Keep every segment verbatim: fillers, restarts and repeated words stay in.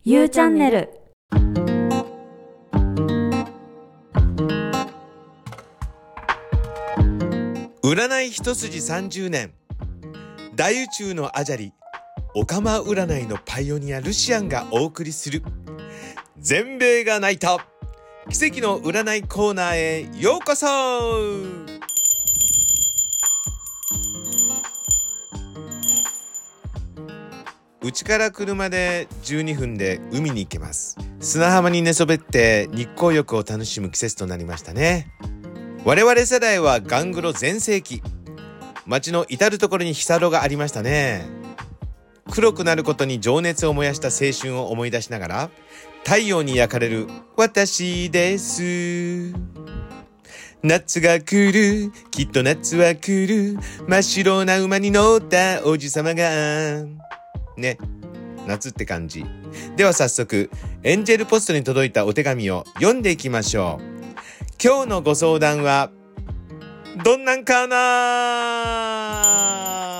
ゆうチャンネル。 占い一筋さんじゅうねん、大宇宙のアジャリオカマ占いのパイオニアルシアンがお送りする全米が泣いた奇跡の占いコーナーへようこそ。うちから車でじゅうにふんで海に行けます。砂浜に寝そべって日光浴を楽しむ季節となりましたね。我々世代はガングロ全盛期、街の至る所に日サロがありましたね。黒くなることに情熱を燃やした青春を思い出しながら、太陽に焼かれる私です。夏が来る、きっと夏は来る、真っ白な馬に乗ったおじさまがね、夏って感じ。では早速エンジェルポストに届いたお手紙を読んでいきましょう。今日のご相談はどんなんかな。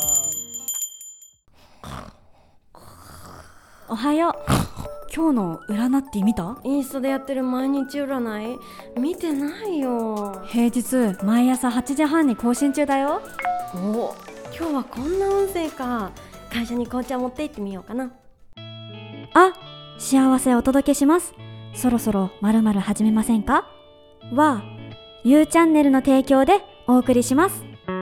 おはよう。今日の占って見た？ インスタでやってる毎日占い見てないよ。 平日毎朝はちじはんに更新中だよ。 お、今日はこんな運勢か。会社に紅茶持って行ってみようかな。 あ、幸せお届けします。そろそろ〇〇始めませんかは、ゆうチャンネルの提供でお送りします。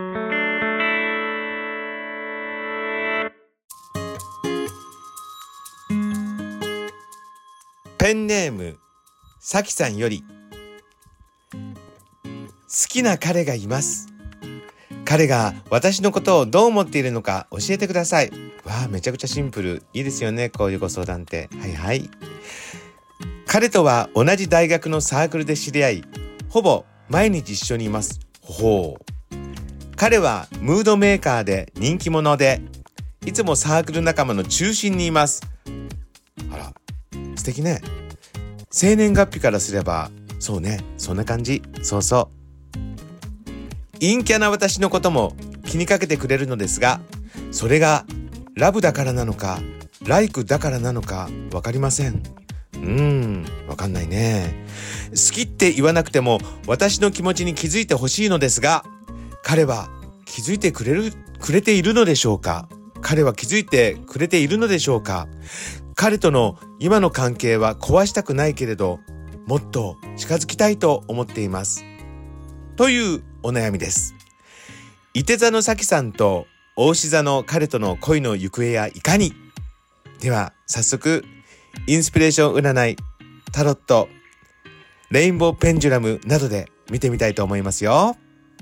ペンネームさきさんより、好きな彼がいます。彼が私のことをどう思っているのか教えてください。わあ、めちゃくちゃシンプル。いいですよね、こういうご相談って。はいはい。彼とは同じ大学のサークルで知り合い、ほぼ毎日一緒にいます。ほう。彼はムードメーカーで人気者で、いつもサークル仲間の中心にいます。あら、素敵ね。生年月日からすれば、そうね、そんな感じ。そうそう。陰キャな私のことも気にかけてくれるのですが、それがラブだからなのか、ライクだからなのかわかりません。うーん、わかんないね。好きって言わなくても私の気持ちに気づいてほしいのですが、彼は気づいてくれる、くれているのでしょうか。彼は気づいてくれているのでしょうか。彼との今の関係は壊したくないけれど、もっと近づきたいと思っています。というお悩みです。いて座のさきさんとおうし座の彼との恋の行方やいかに。では早速、インスピレーション占い、タロット、レインボーペンジュラムなどで見てみたいと思いますよ。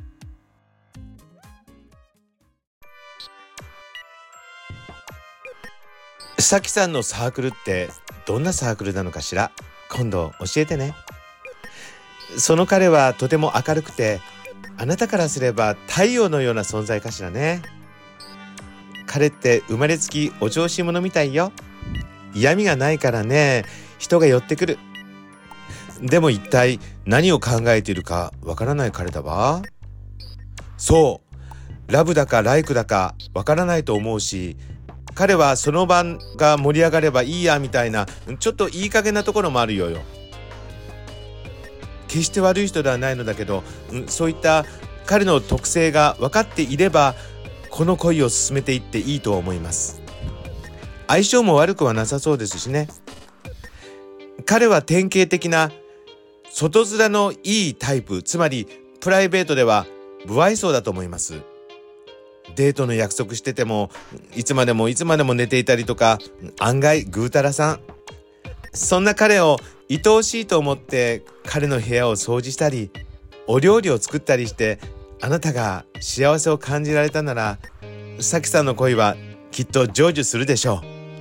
さきさんのサークルってどんなサークルなのかしら。今度教えてね。その彼はとても明るくて、あなたからすれば太陽のような存在かしらね。彼って生まれつきお調子者みたいよ。嫌味がないからね、人が寄ってくる。でも一体何を考えているかわからない彼だわ。そう、ラブだかライクだかわからないと思うし、彼はその場が盛り上がればいいやみたいな、ちょっといい加減なところもあるよよ。決して悪い人ではないのだけど、そういった彼の特性が分かっていれば、この恋を進めていっていいと思います。相性も悪くはなさそうですしね。彼は典型的な外面のいいタイプ、つまりプライベートでは不愛想だと思います。デートの約束しててもいつまでもいつまでも寝ていたりとか、案外ぐうたらさん。そんな彼を愛おしいと思って彼の部屋を掃除したり、お料理を作ったりして、あなたが幸せを感じられたなら、さきさんの恋はきっと成就するでしょう。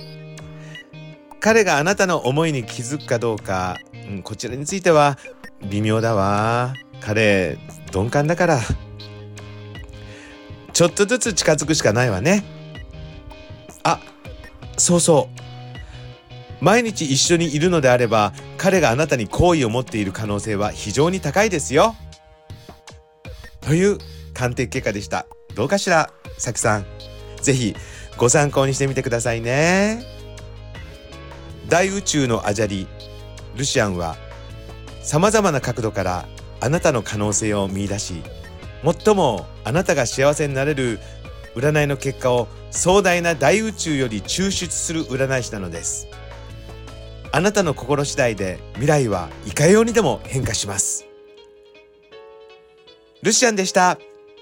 彼があなたの思いに気づくかどうか、こちらについては微妙だわ。彼鈍感だから、ちょっとずつ近づくしかないわね。あ、そうそう。毎日一緒にいるのであれば、彼があなたに好意を持っている可能性は非常に高いですよ。という鑑定結果でした。どうかしら、さきさん。ぜひご参考にしてみてくださいね。 大宇宙のアジャリルシアンはさまざまな角度からあなたの可能性を見出し、最もあなたが幸せになれる占いの結果を壮大な大宇宙より抽出する占い師なのです。あなたの心次第で未来はいかようにでも変化します。ルシアンでした。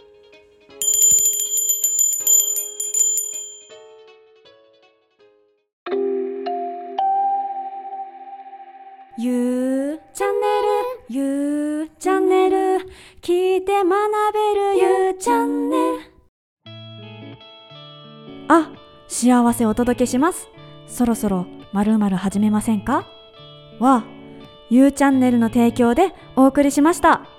ゆうチャンネル、ゆうチャンネル、聞いて学べるゆうチャンネル。あ、幸せお届けします。そろそろまるまる始めませんかは、ゆうチャンネルの提供でお送りしました。